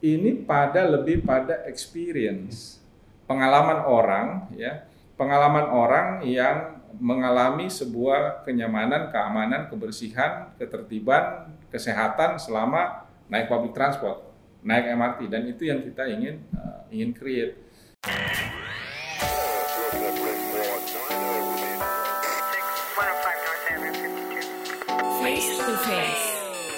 Ini lebih pada experience, pengalaman orang ya, pengalaman orang yang mengalami sebuah kenyamanan, keamanan, kebersihan, ketertiban, kesehatan selama naik public transport, naik MRT, dan itu yang kita ingin create. Face to face.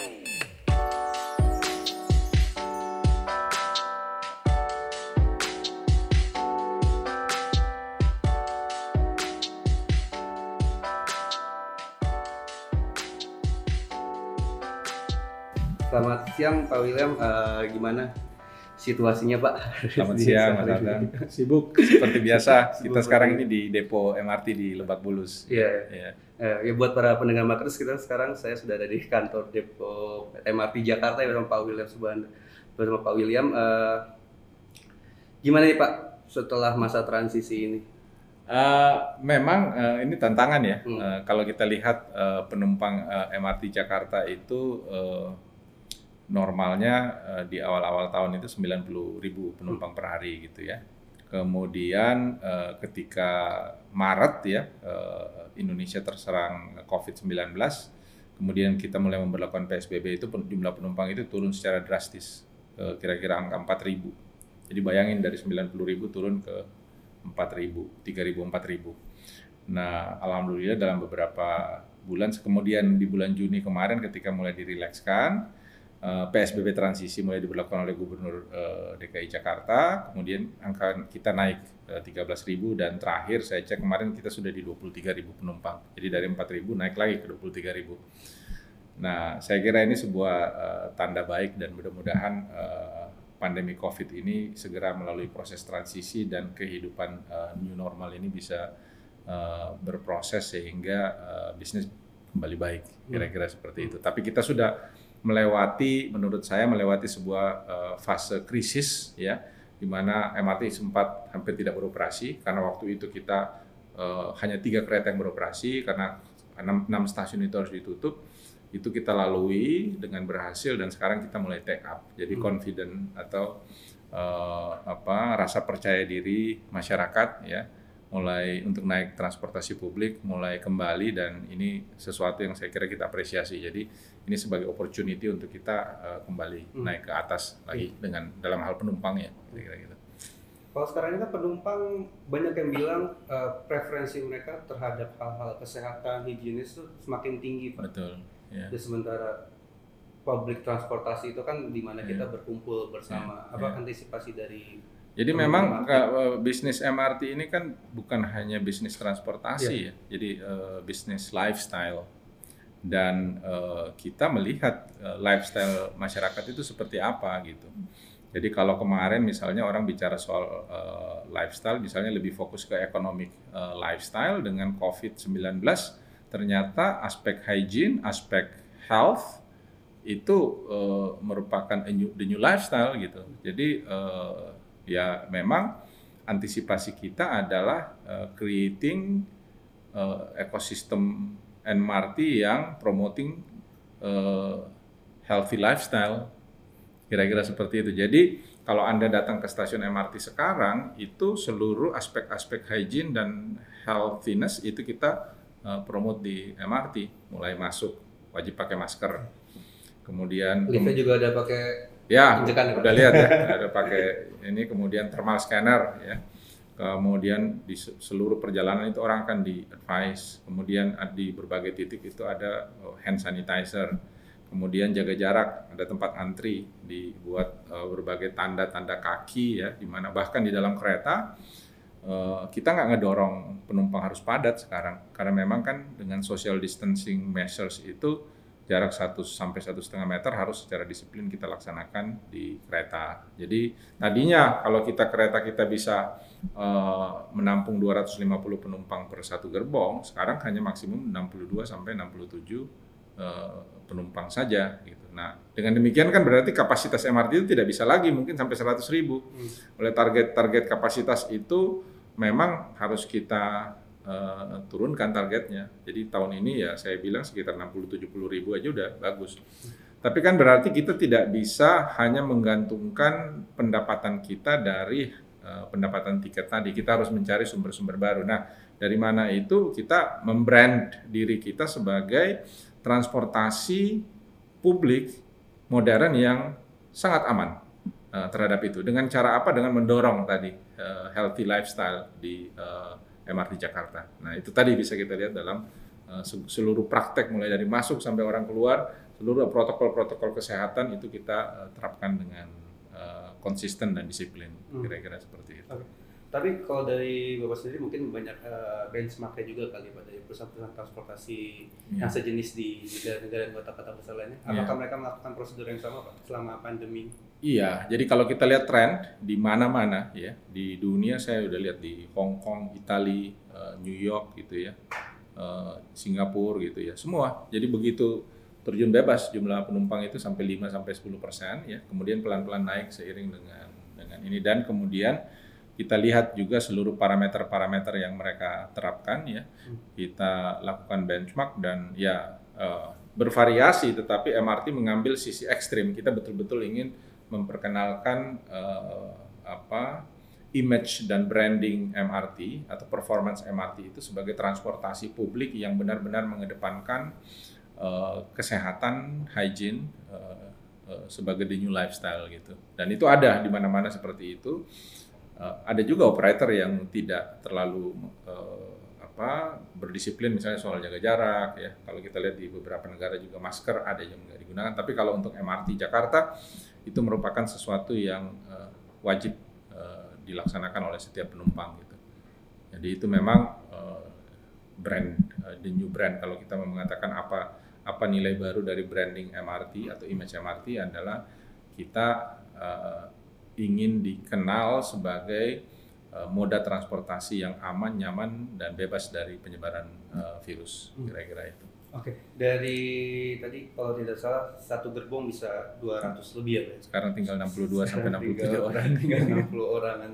Selamat siang Pak William, gimana situasinya Pak? Selamat siang Mas Adang. Sibuk seperti biasa. Kita sekarang ini di depo MRT di Lebak Bulus. Iya. Ya buat para pendengar Makros, saya sudah ada di kantor depo MRT Jakarta ya, bersama Pak William Subhan. Bersama Pak William, gimana nih Pak setelah masa transisi ini? Memang ini tantangan ya. Kalau kita lihat penumpang MRT Jakarta itu normalnya di awal-awal tahun itu 90.000 penumpang per hari gitu ya. Kemudian ketika Maret ya Indonesia terserang COVID-19, kemudian kita mulai memberlakukan PSBB, itu jumlah penumpang itu turun secara drastis, kira-kira angka 4.000. Jadi bayangin dari 90.000 turun ke 4.000, 3.000, 4.000. Nah, alhamdulillah dalam beberapa bulan, kemudian di bulan Juni kemarin ketika mulai dirilekskan, PSBB transisi mulai diberlakukan oleh Gubernur DKI Jakarta, kemudian angka kita naik 13.000 dan terakhir saya cek kemarin kita sudah di 23.000 penumpang. Jadi dari 4.000 naik lagi ke 23.000. Nah, saya kira ini sebuah tanda baik dan mudah-mudahan pandemi COVID ini segera melalui proses transisi dan kehidupan new normal ini bisa berproses sehingga bisnis kembali baik, kira-kira seperti itu. Tapi kita sudah menurut saya melewati sebuah fase krisis ya, di mana MRT sempat hampir tidak beroperasi karena waktu itu kita hanya 3 kereta yang beroperasi karena 6 stasiun itu harus ditutup. Itu kita lalui dengan berhasil dan sekarang kita mulai take up. Jadi confident atau rasa percaya diri masyarakat ya, mulai untuk naik transportasi publik mulai kembali, dan ini sesuatu yang saya kira kita apresiasi. Jadi ini sebagai opportunity untuk kita kembali naik ke atas lagi dengan dalam hal penumpang ya, kira-kira gitu. Kalau sekarang ini kan penumpang banyak yang bilang preferensi mereka terhadap hal-hal kesehatan, higienis itu semakin tinggi Pak. Betul. Ya. Dan sementara public transportasi itu kan di mana kita berkumpul bersama. Apa antisipasi dari? Jadi memang bisnis MRT ini kan bukan hanya bisnis transportasi ya, jadi bisnis lifestyle, dan kita melihat lifestyle masyarakat itu seperti apa gitu. Jadi kalau kemarin misalnya orang bicara soal lifestyle, misalnya lebih fokus ke economic lifestyle, dengan COVID-19 ternyata aspek hygiene, aspek health itu merupakan the new lifestyle gitu. Jadi ya memang antisipasi kita adalah creating ekosistem MRT yang promoting healthy lifestyle, kira-kira seperti itu. Jadi kalau Anda datang ke stasiun MRT sekarang, itu seluruh aspek-aspek hygiene dan healthiness itu kita promote di MRT. Mulai masuk wajib pakai masker, kemudian liftnya juga ada pakai. Ya, udah lihat ya, ada pakai ini, kemudian thermal scanner ya. Kemudian di seluruh perjalanan itu orang akan di-advise. Kemudian di berbagai titik itu ada hand sanitizer. Kemudian jaga jarak, ada tempat antri, dibuat berbagai tanda-tanda kaki ya, di mana bahkan di dalam kereta kita nggak ngedorong penumpang harus padat sekarang, karena memang kan dengan social distancing measures itu jarak 1 sampai 1,5 meter harus secara disiplin kita laksanakan di kereta. Jadi tadinya kalau kereta kita bisa menampung 250 penumpang per satu gerbong, sekarang hanya maksimum 62 sampai 67 penumpang saja gitu. Nah, dengan demikian kan berarti kapasitas MRT itu tidak bisa lagi mungkin sampai 100.000. Oleh target kapasitas itu memang harus kita turunkan targetnya. Jadi tahun ini ya saya bilang sekitar 60-70 ribu aja udah bagus. Tapi kan berarti kita tidak bisa hanya menggantungkan pendapatan kita dari pendapatan tiket tadi. Kita harus mencari sumber-sumber baru. Nah, dari mana itu kita membrand diri kita sebagai transportasi publik modern yang sangat aman terhadap itu. Dengan cara apa? Dengan mendorong tadi healthy lifestyle di MRT Jakarta. Nah, itu tadi bisa kita lihat dalam seluruh praktek mulai dari masuk sampai orang keluar, seluruh protokol-protokol kesehatan itu kita terapkan dengan konsisten dan disiplin, kira-kira seperti itu. Okay. Tapi kalau dari Bapak sendiri mungkin banyak benchmark-nya juga kali pada perusahaan-perusahaan transportasi yang sejenis di negara-negara kota-kota besar lainnya. Apakah mereka melakukan prosedur yang sama Pak selama pandemi? Iya, jadi kalau kita lihat tren di mana-mana ya di dunia, saya udah lihat di Hong Kong, Italia, New York gitu ya, Singapura gitu ya, semua. Jadi begitu terjun bebas jumlah penumpang itu sampai 5-10% ya, kemudian pelan-pelan naik seiring dengan ini, dan kemudian kita lihat juga seluruh parameter-parameter yang mereka terapkan ya, kita lakukan benchmark dan ya bervariasi, tetapi MRT mengambil sisi ekstrim. Kita betul-betul ingin memperkenalkan image dan branding MRT atau performance MRT itu sebagai transportasi publik yang benar-benar mengedepankan kesehatan, hygiene sebagai the new lifestyle gitu. Dan itu ada di mana-mana seperti itu. Ada juga operator yang tidak terlalu berdisiplin misalnya soal jaga jarak ya. Kalau kita lihat di beberapa negara juga masker ada yang nggak digunakan. Tapi kalau untuk MRT Jakarta itu merupakan sesuatu yang wajib dilaksanakan oleh setiap penumpang gitu. Jadi itu memang brand, the new brand. Kalau kita mengatakan apa nilai baru dari branding MRT atau image MRT adalah kita ingin dikenal sebagai moda transportasi yang aman, nyaman, dan bebas dari penyebaran virus, kira-kira itu. Oke, dari tadi kalau tidak salah satu gerbong bisa 200 lebih ya Pak? Sekarang tinggal 62 sampai 67 orang. Tinggal 60 orangan.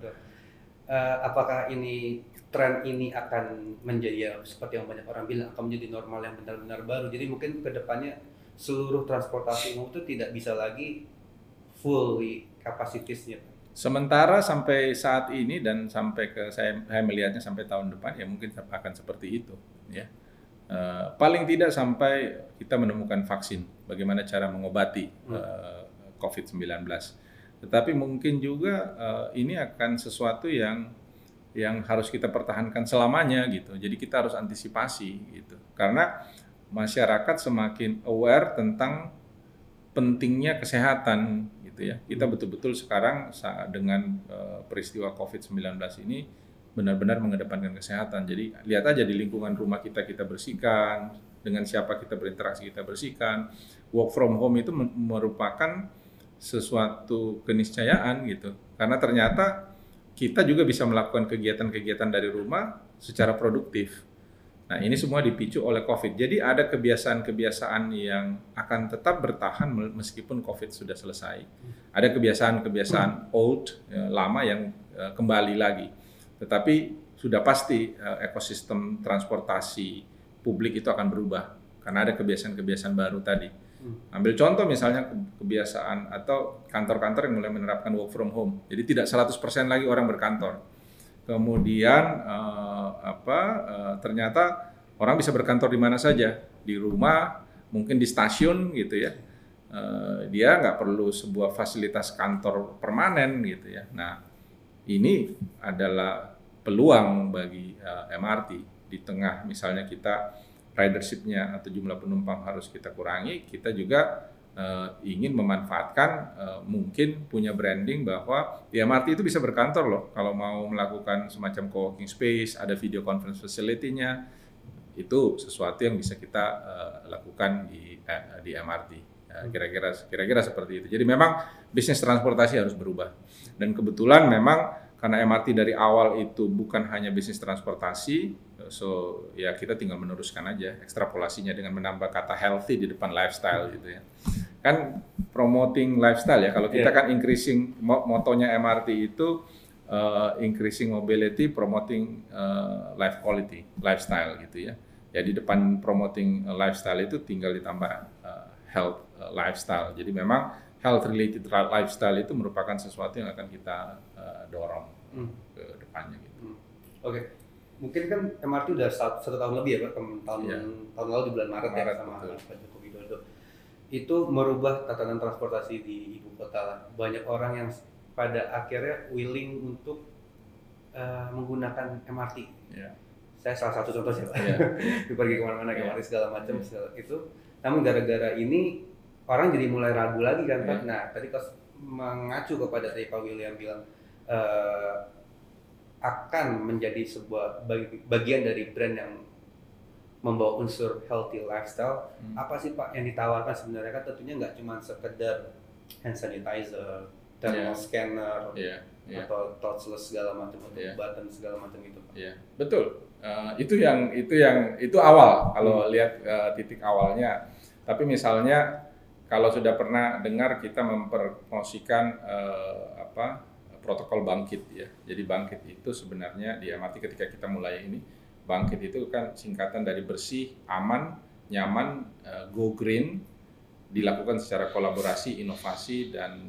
Apakah ini tren ini akan menjadi seperti yang banyak orang bilang akan menjadi normal yang benar-benar baru? Jadi mungkin kedepannya seluruh transportasi umum itu tidak bisa lagi fully kapasitasnya. Sementara sampai saat ini dan sampai saya melihatnya sampai tahun depan ya mungkin akan seperti itu ya. Paling tidak sampai kita menemukan vaksin, bagaimana cara mengobati COVID-19. Tetapi mungkin juga ini akan sesuatu yang harus kita pertahankan selamanya gitu. Jadi kita harus antisipasi gitu. Karena masyarakat semakin aware tentang pentingnya kesehatan gitu ya. Kita betul-betul sekarang dengan peristiwa COVID-19 ini benar-benar mengedepankan kesehatan. Jadi lihat aja di lingkungan rumah kita bersihkan, dengan siapa kita berinteraksi kita bersihkan. Work from home itu merupakan sesuatu keniscayaan gitu. Karena ternyata kita juga bisa melakukan kegiatan-kegiatan dari rumah secara produktif. Nah, ini semua dipicu oleh COVID. Jadi ada kebiasaan-kebiasaan yang akan tetap bertahan meskipun COVID sudah selesai. Ada kebiasaan-kebiasaan old, lama yang kembali lagi. Tetapi sudah pasti ekosistem transportasi publik itu akan berubah karena ada kebiasaan-kebiasaan baru tadi. Ambil contoh misalnya kebiasaan atau kantor-kantor yang mulai menerapkan work from home. Jadi tidak 100% lagi orang berkantor. Kemudian ternyata orang bisa berkantor di mana saja, di rumah, mungkin di stasiun gitu ya. Dia nggak perlu sebuah fasilitas kantor permanen gitu ya. Nah, ini adalah peluang bagi MRT di tengah misalnya kita ridership-nya atau jumlah penumpang harus kita kurangi, kita juga ingin memanfaatkan mungkin punya branding bahwa di MRT itu bisa berkantor loh. Kalau mau melakukan semacam co-working space, ada video conference facility-nya, itu sesuatu yang bisa kita lakukan di MRT. Kira-kira seperti itu. Jadi memang bisnis transportasi harus berubah. Dan kebetulan memang karena MRT dari awal itu bukan hanya bisnis transportasi, so ya kita tinggal meneruskan aja ekstrapolasinya dengan menambah kata healthy di depan lifestyle gitu ya. Kan promoting lifestyle ya, kalau kita kan increasing, motonya MRT itu increasing mobility, promoting life quality, lifestyle gitu ya. Ya di depan promoting lifestyle itu tinggal ditambah health lifestyle. Jadi memang health related lifestyle itu merupakan sesuatu yang akan kita dorong ke depannya gitu. Oke. Mungkin kan MRT udah satu tahun lebih ya Pak, tahun lalu di bulan Maret ya sama Pak Joko Widodo. Itu merubah tatanan transportasi di ibu kota lah. Banyak orang yang pada akhirnya willing untuk menggunakan MRT. Yeah. Saya salah satu contoh sih Pak. Yeah. Pergi kemana-mana MRT segala macam itu. Namun gara-gara ini orang jadi mulai ragu lagi kan Pak. Nah tadi pas mengacu kepada tadi Pak William bilang akan menjadi sebuah bagian dari brand yang membawa unsur healthy lifestyle. Apa sih Pak yang ditawarkan sebenarnya? Kan tentunya nggak cuma sekedar hand sanitizer, thermal scanner, atau touchless segala macam, atau button segala macam itu Pak. Betul. Itu awal kalau lihat titik awalnya. Tapi misalnya kalau sudah pernah dengar kita mempromosikan protokol bangkit ya. Jadi bangkit itu sebenarnya di MRT ketika kita mulai ini, bangkit itu kan singkatan dari bersih, aman, nyaman, go green, dilakukan secara kolaborasi, inovasi dan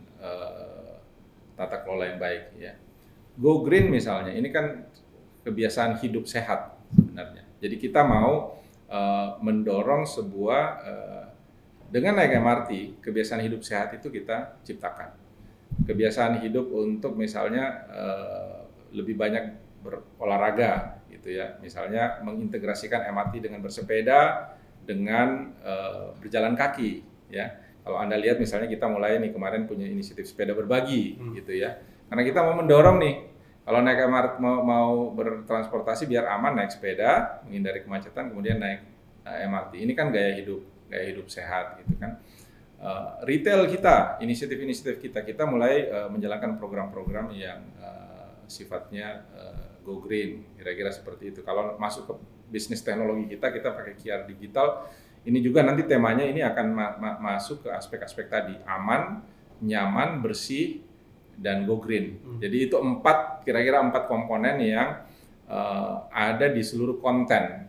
tata kelola yang baik ya. Go green misalnya, ini kan kebiasaan hidup sehat sebenarnya. Jadi kita mau mendorong sebuah dengan naik MRT, kebiasaan hidup sehat itu kita ciptakan. Kebiasaan hidup untuk misalnya lebih banyak berolahraga gitu ya, misalnya mengintegrasikan MRT dengan bersepeda dengan berjalan kaki ya. Kalau Anda lihat misalnya kita mulai nih kemarin punya inisiatif sepeda berbagi gitu ya, karena kita mau mendorong nih kalau naik MRT mau bertransportasi biar aman naik sepeda, menghindari kemacetan, kemudian naik MRT. Ini kan gaya hidup sehat gitu kan. Retail kita, inisiatif kita mulai menjalankan program-program yang sifatnya go green, kira-kira seperti itu. Kalau masuk ke bisnis teknologi kita pakai QR digital, ini juga nanti temanya ini akan masuk ke aspek-aspek tadi, aman, nyaman, bersih, dan go green. Jadi itu kira-kira empat komponen yang ada di seluruh konten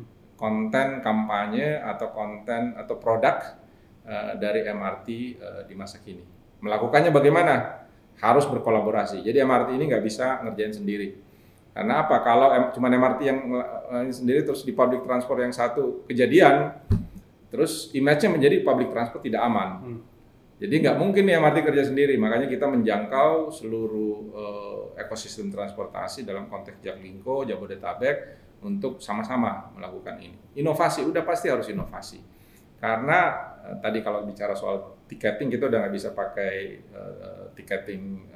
kampanye atau konten atau produk dari MRT di masa kini. Melakukannya bagaimana? Harus berkolaborasi. Jadi MRT ini nggak bisa ngerjain sendiri. Karena apa? Kalau cuma MRT yang sendiri terus di public transport yang satu kejadian, terus image-nya menjadi public transport tidak aman. Jadi nggak mungkin nih MRT kerja sendiri. Makanya kita menjangkau seluruh ekosistem transportasi dalam konteks Jaklingko, Jabodetabek untuk sama-sama melakukan ini. Inovasi, udah pasti harus inovasi. Karena tadi kalau bicara soal tiketing kita udah nggak bisa pakai tiketing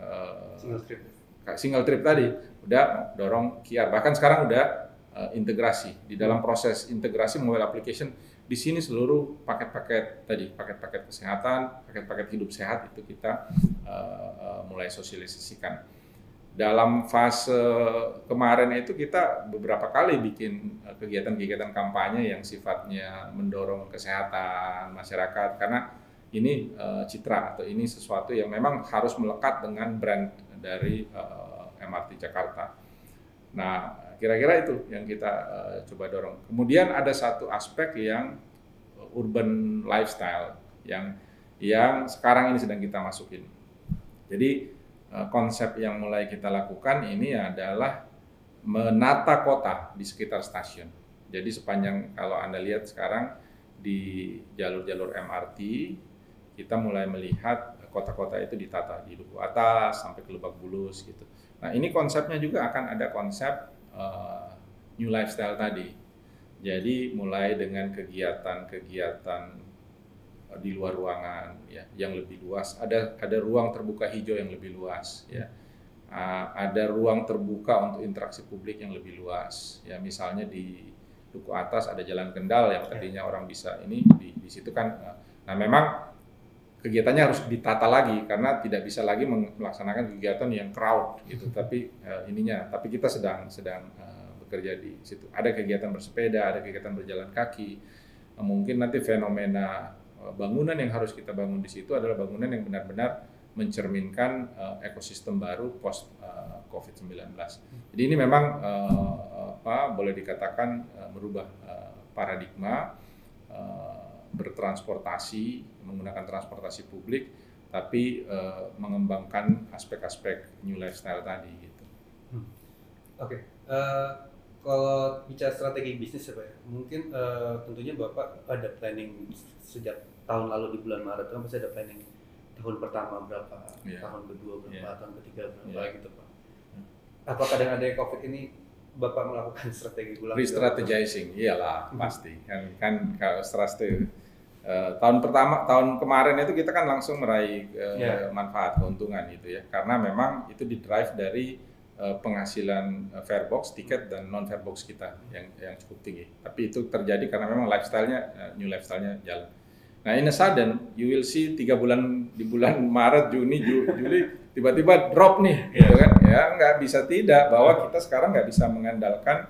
single trip tadi, udah dorong QR. Bahkan sekarang udah integrasi di dalam proses integrasi mobile application. Di sini seluruh paket-paket kesehatan, paket-paket hidup sehat itu kita mulai sosialisasikan. Dalam fase kemarin itu kita beberapa kali bikin kegiatan-kegiatan kampanye yang sifatnya mendorong kesehatan masyarakat, karena ini citra atau ini sesuatu yang memang harus melekat dengan brand dari MRT Jakarta. Nah, kira-kira itu yang kita coba dorong. Kemudian ada satu aspek yang urban lifestyle yang sekarang ini sedang kita masukin. Jadi konsep yang mulai kita lakukan ini adalah menata kota di sekitar stasiun. Jadi sepanjang kalau Anda lihat sekarang di jalur-jalur MRT, kita mulai melihat kota-kota itu ditata di Duku Atas sampai ke Lebak Bulus gitu. Nah ini konsepnya juga akan ada konsep new lifestyle tadi. Jadi mulai dengan kegiatan-kegiatan di luar ruangan ya yang lebih luas, ada ruang terbuka hijau yang lebih luas ya, ada ruang terbuka untuk interaksi publik yang lebih luas ya, misalnya di Duku Atas ada jalan Kendal yang tadinya orang bisa ini di situ kan. Nah memang kegiatannya harus ditata lagi karena tidak bisa lagi melaksanakan kegiatan yang crowd gitu, tapi kita sedang bekerja di situ. Ada kegiatan bersepeda, ada kegiatan berjalan kaki, mungkin nanti fenomena bangunan yang harus kita bangun di situ adalah bangunan yang benar-benar mencerminkan ekosistem baru post COVID-19. Jadi ini memang boleh dikatakan merubah paradigma bertransportasi, menggunakan transportasi publik, tapi mengembangkan aspek-aspek new lifestyle tadi gitu. Oke. Kalau bicara strategi bisnis ya Pak ya, mungkin tentunya Bapak ada planning sejak tahun lalu di bulan Maret kan pasti ada planning tahun pertama berapa, tahun kedua berapa, tahun ketiga berapa gitu Pak. Apakah dengan adanya COVID ini Bapak melakukan strategi ulang? Re-strategizing, iyalah pasti. Kan kalau strategi tahun kemarin itu kita kan langsung meraih manfaat keuntungan gitu ya, karena memang itu didrive dari penghasilan farebox, tiket dan non farebox kita yang cukup tinggi. Tapi itu terjadi karena memang lifestyle-nya new lifestyle-nya jalan. Nah, in a sudden you will see 3 bulan di bulan Maret, Juni, Juli tiba-tiba drop nih, gitu kan? Ya nggak bisa tidak bahwa kita sekarang nggak bisa mengandalkan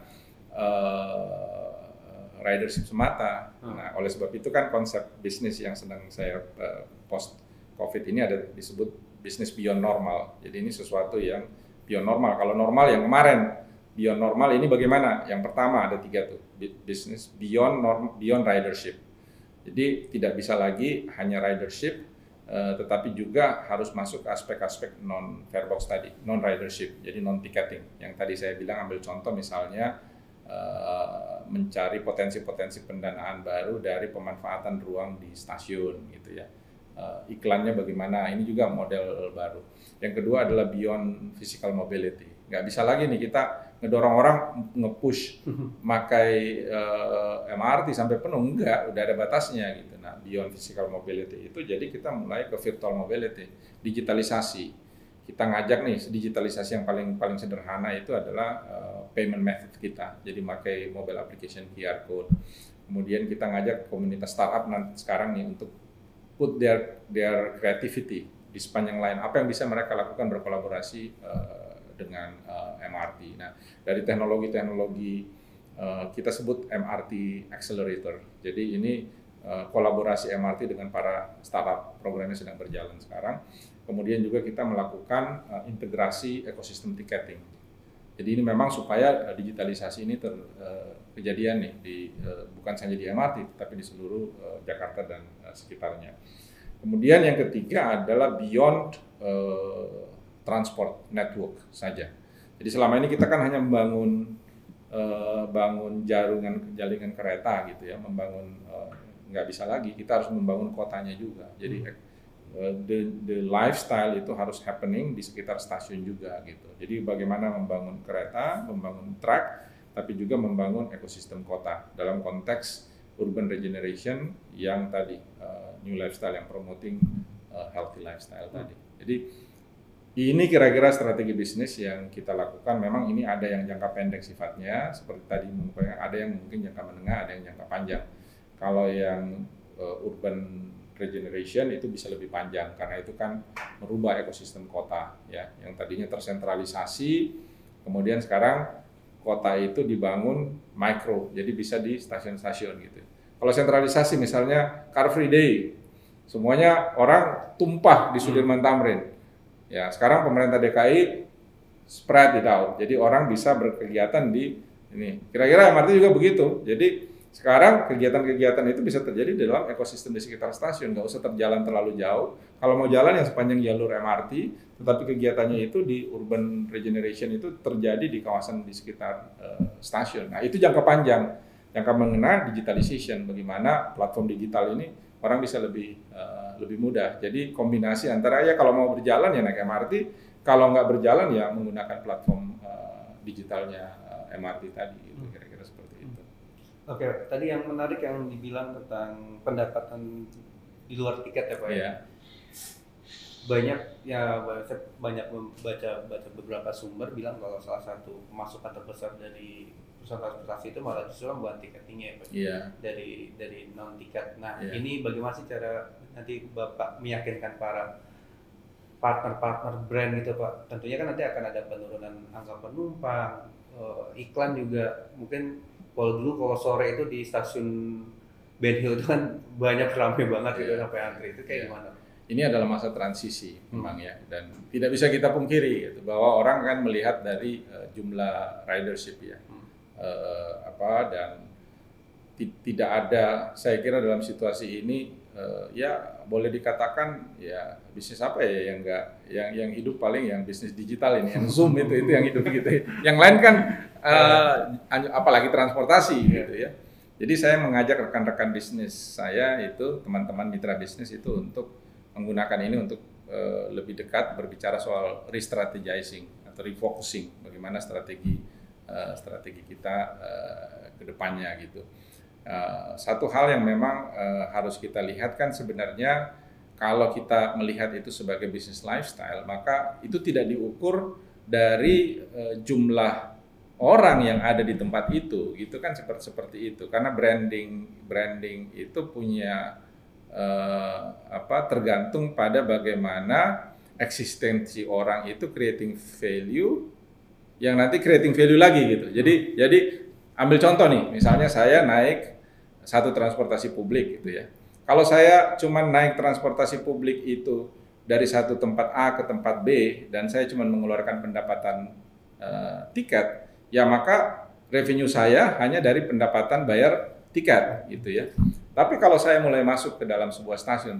ridership semata. Nah, oleh sebab itu kan konsep bisnis yang sedang saya post COVID ini ada disebut bisnis beyond normal. Jadi ini sesuatu yang beyond normal. Kalau normal yang kemarin, beyond normal ini bagaimana? Yang pertama ada 3 tuh, bisnis beyond ridership. Jadi tidak bisa lagi hanya ridership, tetapi juga harus masuk ke aspek-aspek non farebox tadi, non ridership, jadi non ticketing. Yang tadi saya bilang ambil contoh misalnya mencari potensi-potensi pendanaan baru dari pemanfaatan ruang di stasiun gitu ya. Iklannya bagaimana, ini juga model baru. Yang kedua adalah beyond physical mobility. Nggak bisa lagi nih kita ngedorong orang nge-push makai MRT sampai penuh, enggak, udah ada batasnya gitu. Nah, beyond physical mobility itu jadi kita mulai ke virtual mobility, digitalisasi. Kita ngajak nih digitalisasi yang paling sederhana itu adalah payment method kita. Jadi pakai mobile application QR code. Kemudian kita ngajak komunitas startup nanti sekarang nih untuk put their creativity di sepanjang line apa yang bisa mereka lakukan berkolaborasi dengan MRT. Nah, dari teknologi-teknologi kita sebut MRT Accelerator. Jadi ini kolaborasi MRT dengan para startup, programnya sedang berjalan sekarang. Kemudian juga kita melakukan integrasi ekosistem ticketing. Jadi ini memang supaya digitalisasi ini kejadian nih bukan saja di MRT tapi di seluruh Jakarta dan sekitarnya. Kemudian yang ketiga adalah beyond transport network saja. Jadi selama ini kita kan hanya membangun jaringan kereta gitu ya, nggak bisa lagi, kita harus membangun kotanya juga. Jadi the lifestyle itu harus happening di sekitar stasiun juga gitu. Jadi bagaimana membangun kereta, membangun track, tapi juga membangun ekosistem kota dalam konteks urban regeneration yang tadi new lifestyle yang promoting healthy lifestyle tadi. Jadi ini kira-kira strategi bisnis yang kita lakukan. Memang ini ada yang jangka pendek sifatnya, seperti tadi ada yang mungkin jangka menengah, ada yang jangka panjang. Kalau yang urban regeneration itu bisa lebih panjang karena itu kan merubah ekosistem kota ya, yang tadinya tersentralisasi, kemudian sekarang kota itu dibangun mikro, jadi bisa di stasiun-stasiun gitu. Kalau sentralisasi misalnya Car Free Day, semuanya orang tumpah di Sudirman Tamrin. Ya, sekarang pemerintah DKI spread it out. Jadi orang bisa berkegiatan di ini. Kira-kira MRT juga begitu. Jadi sekarang kegiatan-kegiatan itu bisa terjadi di dalam ekosistem di sekitar stasiun, nggak usah terjalan terlalu jauh. Kalau mau jalan yang sepanjang jalur MRT, tetapi kegiatannya itu di urban regeneration itu terjadi di kawasan di sekitar stasiun. Nah, itu jangka panjang. Jangka menengah digitalization, bagaimana platform digital ini orang bisa lebih mudah. Jadi kombinasi antara ya kalau mau berjalan ya naik MRT, kalau nggak berjalan ya menggunakan platform digitalnya MRT tadi, gitu, kira-kira seperti itu. Oke, tadi yang menarik yang dibilang tentang pendapatan di luar tiket ya Pak ya. Saya banyak membaca beberapa sumber bilang kalau salah satu pemasukan terbesar dari perusahaan transportasi itu malah justru bukan tiketingnya ya Pak. Dari non tiket. Nah, ini bagaimana sih cara nanti Bapak meyakinkan para partner brand gitu Pak? Tentunya kan nanti akan ada penurunan angka penumpang, iklan juga mungkin. Kalau sore itu di stasiun Ben Hill itu kan banyak ramai banget gitu sampai antri, itu kayak gimana? Ini adalah masa transisi memang ya, dan tidak bisa kita pungkiri gitu, bahwa orang kan melihat dari jumlah ridership ya, dan tidak ada, saya kira dalam situasi ini ya boleh dikatakan ya bisnis apa ya yang enggak, yang hidup paling yang bisnis digital ini, yang Zoom itu yang hidup gitu. Yang lain kan apalagi transportasi gitu ya. Jadi saya mengajak rekan-rekan bisnis saya itu, teman-teman mitra bisnis itu untuk menggunakan ini untuk lebih dekat berbicara soal re-strategizing atau refocusing, bagaimana strategi kita ke depannya gitu. Satu hal yang memang harus kita lihat kan sebenarnya kalau kita melihat itu sebagai bisnis lifestyle, maka itu tidak diukur dari jumlah orang yang ada di tempat itu, gitu kan, seperti itu. Karena branding itu punya tergantung pada bagaimana eksistensi orang itu creating value, yang nanti creating value lagi gitu. Jadi ambil contoh nih, misalnya saya naik satu transportasi publik gitu ya. Kalau saya cuma naik transportasi publik itu dari satu tempat A ke tempat B dan saya cuma mengeluarkan pendapatan tiket, ya maka revenue saya hanya dari pendapatan bayar tiket gitu ya. Tapi kalau saya mulai masuk ke dalam sebuah stasiun,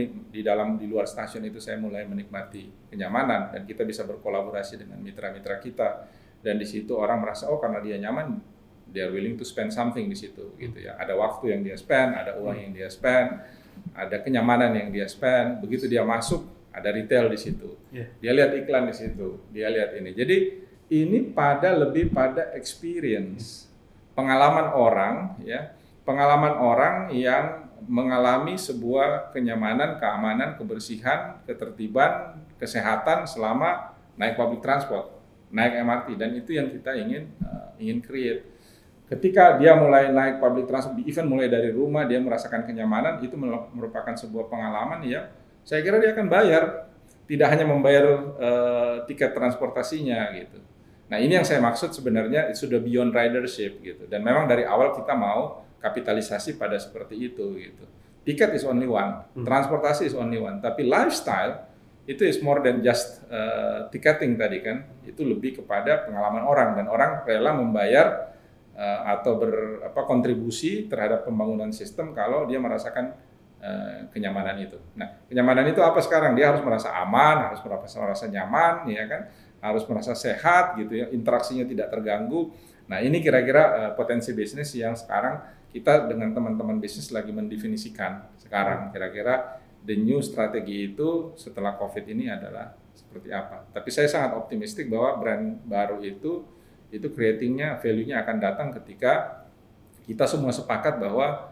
di luar stasiun itu saya mulai menikmati kenyamanan dan kita bisa berkolaborasi dengan mitra-mitra kita, dan di situ orang merasa oh karena dia nyaman, they are willing to spend something di situ gitu ya. Ada waktu yang dia spend, ada uang yang dia spend, ada kenyamanan yang dia spend. Begitu dia masuk, ada retail di situ. Dia lihat iklan di situ, dia lihat ini. Jadi ini lebih pada experience, pengalaman orang ya. Pengalaman orang yang mengalami sebuah kenyamanan, keamanan, kebersihan, ketertiban, kesehatan selama naik public transport, naik MRT, dan itu yang kita ingin create. Ketika dia mulai naik public transport, even mulai dari rumah dia merasakan kenyamanan, itu merupakan sebuah pengalaman ya. Saya kira dia akan bayar, tidak hanya membayar tiket transportasinya gitu. Nah ini yang saya maksud sebenarnya sudah beyond ridership gitu. Dan memang dari awal kita mau kapitalisasi pada seperti itu gitu. Tiket is only one, transportasi is only one, tapi lifestyle itu is more than just ticketing tadi kan. Itu lebih kepada pengalaman orang, dan orang rela membayar atau kontribusi terhadap pembangunan sistem kalau dia merasakan kenyamanan itu. Nah, kenyamanan itu apa sekarang? Dia harus merasa aman, harus merasa nyaman, ya kan? Harus merasa sehat gitu ya, interaksinya tidak terganggu. Nah, ini kira-kira potensi bisnis yang sekarang kita dengan teman-teman bisnis lagi mendefinisikan sekarang. Kira-kira the new strategi itu setelah COVID ini adalah seperti apa. Tapi saya sangat optimistik bahwa brand baru itu creating-nya, value-nya akan datang ketika kita semua sepakat bahwa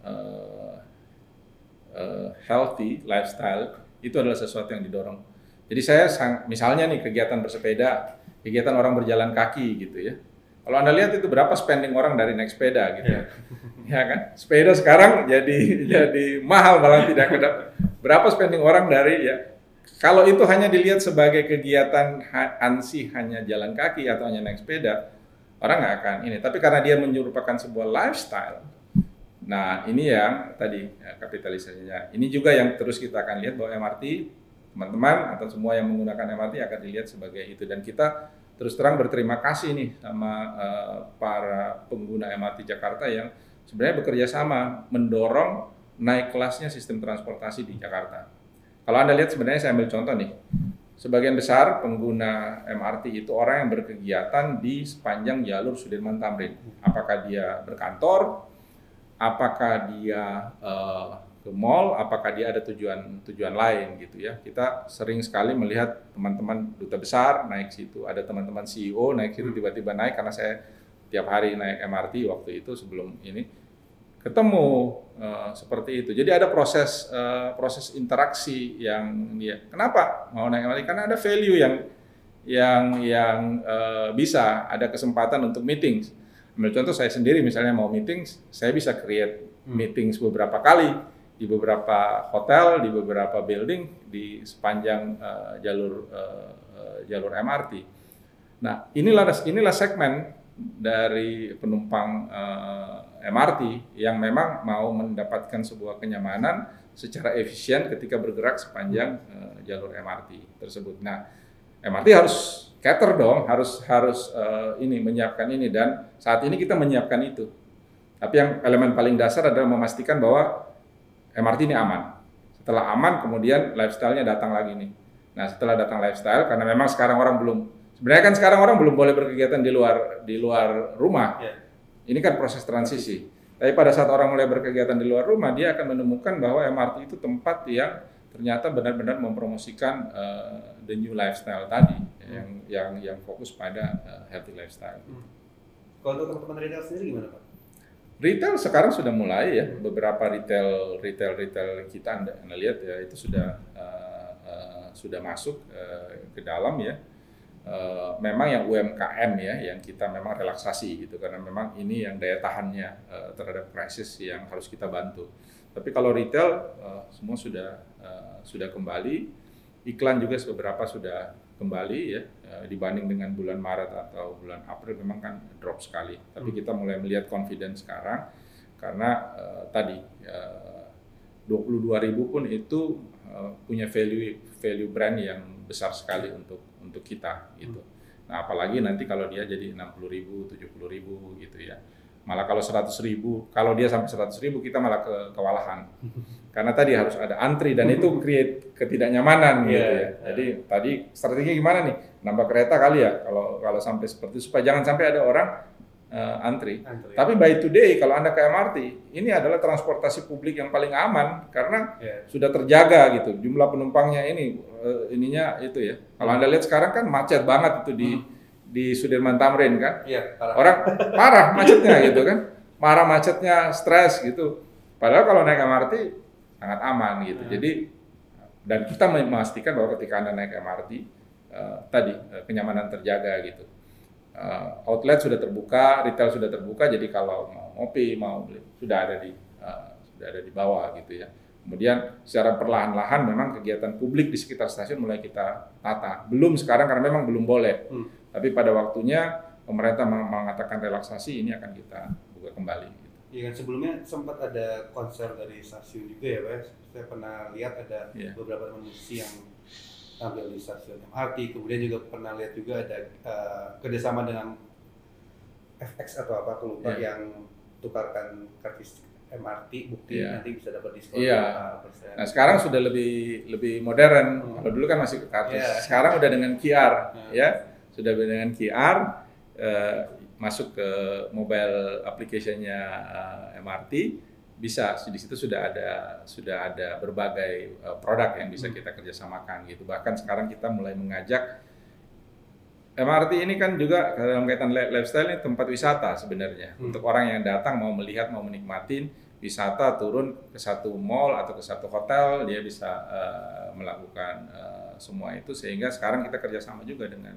healthy lifestyle itu adalah sesuatu yang didorong. Jadi saya misalnya nih kegiatan bersepeda, kegiatan orang berjalan kaki gitu ya. Kalau Anda lihat itu berapa spending orang dari naik sepeda gitu ya. Ya kan? Sepeda sekarang jadi mahal, malah tidak berapa spending orang dari ya. Kalau itu hanya dilihat sebagai kegiatan hanya jalan kaki atau hanya naik sepeda, orang nggak akan ini. Tapi karena dia merupakan sebuah lifestyle, nah ini yang tadi kapitalisasinya. Ini juga yang terus kita akan lihat bahwa MRT, teman-teman atau semua yang menggunakan MRT akan dilihat sebagai itu. Dan kita terus terang berterima kasih nih sama para pengguna MRT Jakarta yang sebenarnya bekerja sama mendorong naik kelasnya sistem transportasi di Jakarta. Kalau Anda lihat sebenarnya saya ambil contoh nih, sebagian besar pengguna MRT itu orang yang berkegiatan di sepanjang jalur Sudirman Tamrin. Apakah dia berkantor, apakah dia ke mall, apakah dia ada tujuan lain gitu ya. Kita sering sekali melihat teman-teman duta besar naik situ, ada teman-teman CEO naik situ, tiba-tiba naik, karena saya tiap hari naik MRT waktu itu sebelum ini, ketemu seperti itu. Jadi ada proses interaksi yang dia, kenapa mau naik MRT? Karena ada value yang bisa, ada kesempatan untuk meetings. Ambil contoh saya sendiri, misalnya mau meetings, saya bisa create meetings beberapa kali di beberapa hotel, di beberapa building di sepanjang jalur MRT. Nah, inilah segmen dari penumpang MRT yang memang mau mendapatkan sebuah kenyamanan secara efisien ketika bergerak sepanjang jalur MRT tersebut. Nah, MRT harus cater dong, harus menyiapkan ini, dan saat ini kita menyiapkan itu. Tapi yang elemen paling dasar adalah memastikan bahwa MRT ini aman. Setelah aman, kemudian lifestyle-nya datang lagi nih. Nah, setelah datang lifestyle, karena memang sekarang orang sebenarnya kan sekarang orang belum boleh berkegiatan di luar rumah. Yeah. Ini kan proses transisi. Tapi pada saat orang mulai berkegiatan di luar rumah, dia akan menemukan bahwa MRT itu tempat yang ternyata benar-benar mempromosikan the new lifestyle tadi, yang fokus pada healthy lifestyle. Kalau untuk teman-teman retail sendiri gimana Pak? Retail sekarang sudah mulai ya, beberapa retail kita Anda lihat ya, itu sudah masuk ke dalam ya. Memang yang UMKM ya, yang kita memang relaksasi gitu, karena memang ini yang daya tahannya terhadap krisis yang harus kita bantu. Tapi kalau retail semua sudah kembali, iklan juga beberapa sudah kembali ya, dibanding dengan bulan Maret atau bulan April memang kan drop sekali. Tapi kita mulai melihat confidence sekarang karena tadi 22.000 pun itu punya value brand yang besar sekali untuk kita gitu. Nah, apalagi nanti kalau dia jadi 60.000, 70.000 gitu ya. Malah kalau 100.000, kalau dia sampai 100.000 kita malah kewalahan. Karena tadi harus ada antri dan itu create ketidaknyamanan gitu ya. Jadi tadi strategi gimana nih? Nambah kereta kali ya kalau sampai seperti itu, supaya jangan sampai ada orang antri. Tapi by today kalau Anda ke MRT, ini adalah transportasi publik yang paling aman karena sudah terjaga gitu. Jumlah penumpangnya ininya itu ya. Kalau Anda lihat sekarang kan macet banget itu di Sudirman Tamrin kan. Iya, orang parah macetnya gitu kan. Parah macetnya, stres gitu. Padahal kalau naik MRT sangat aman gitu. Jadi dan kita memastikan bahwa ketika Anda naik MRT tadi kenyamanan terjaga gitu. Outlet sudah terbuka, retail sudah terbuka, jadi kalau mau ngopi, mau beli, sudah ada di bawah gitu ya. Kemudian secara perlahan-lahan memang kegiatan publik di sekitar stasiun mulai kita tata. Belum sekarang karena memang belum boleh. Tapi pada waktunya pemerintah mengatakan relaksasi, ini akan kita buka kembali. Gitu. Iya kan, sebelumnya sempat ada konser dari stasiun juga ya Pak. Saya pernah lihat ada beberapa musisi yang tampil di stasiun MRT. Kemudian juga pernah lihat juga ada kerjasama dengan FX atau apa, aku lupa, yang tukarkan kartis MRT bukti nanti bisa dapat diskon. Nah sekarang sudah lebih modern. Kalau dulu kan masih kartis. Sekarang udah dengan QR ya. Sudah dengan QR masuk ke mobile application-nya MRT, bisa di situ sudah ada berbagai produk yang bisa kita kerjasamakan gitu. Bahkan sekarang kita mulai mengajak MRT ini kan juga dalam kaitan lifestyle ini tempat wisata sebenarnya. Untuk orang yang datang mau melihat, mau menikmatin wisata, turun ke satu mall atau ke satu hotel, dia bisa melakukan semua itu, sehingga sekarang kita kerjasama juga dengan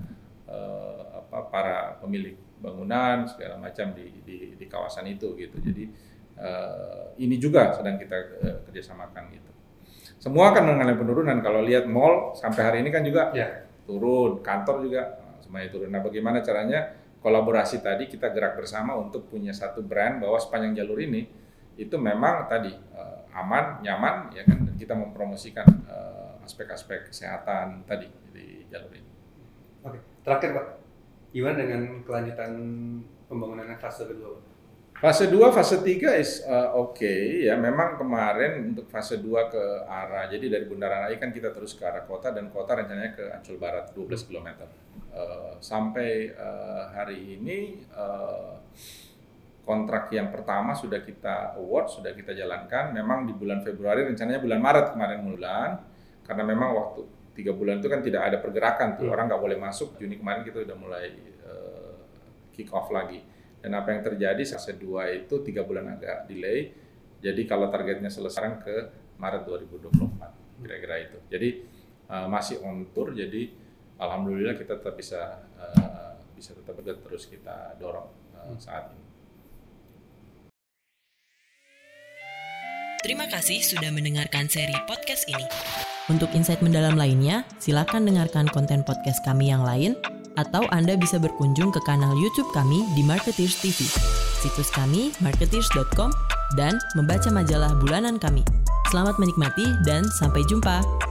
para pemilik bangunan segala macam di kawasan itu gitu. Jadi ini juga sedang kita kerjasamakan gitu. Semua akan mengalami penurunan. Kalau lihat mall sampai hari ini kan juga turun, kantor juga semuanya turun. Nah, bagaimana caranya kolaborasi tadi kita gerak bersama untuk punya satu brand bahwa sepanjang jalur ini itu memang tadi aman, nyaman ya kan, dan kita mempromosikan aspek-aspek kesehatan tadi di jalur ini. Oke, terakhir Pak, gimana dengan kelanjutan pembangunan fase kedua? Fase 2, fase 3 is oke ya. Memang kemarin untuk fase 2 ke arah, jadi dari Bundaran HI kan kita terus ke arah kota, dan kota rencananya ke Ancol Barat 12 km. Sampai hari ini kontrak yang pertama sudah kita award, sudah kita jalankan. Memang di bulan Februari, rencananya bulan Maret kemarin bulan, karena memang waktu 3 bulan itu kan tidak ada pergerakan tuh, orang nggak boleh masuk. Juni kemarin kita udah mulai kick off lagi. Dan apa yang terjadi fase 2 itu 3 bulan agak delay. Jadi kalau targetnya selesai ke Maret 2024 kira-kira itu. Jadi masih on tour. Jadi alhamdulillah kita tetap bisa tetap terus kita dorong saat ini. Terima kasih sudah mendengarkan seri podcast ini. Untuk insight mendalam lainnya, silakan dengarkan konten podcast kami yang lain, atau Anda bisa berkunjung ke kanal YouTube kami di Marketeers TV, situs kami marketeers.com, dan membaca majalah bulanan kami. Selamat menikmati dan sampai jumpa.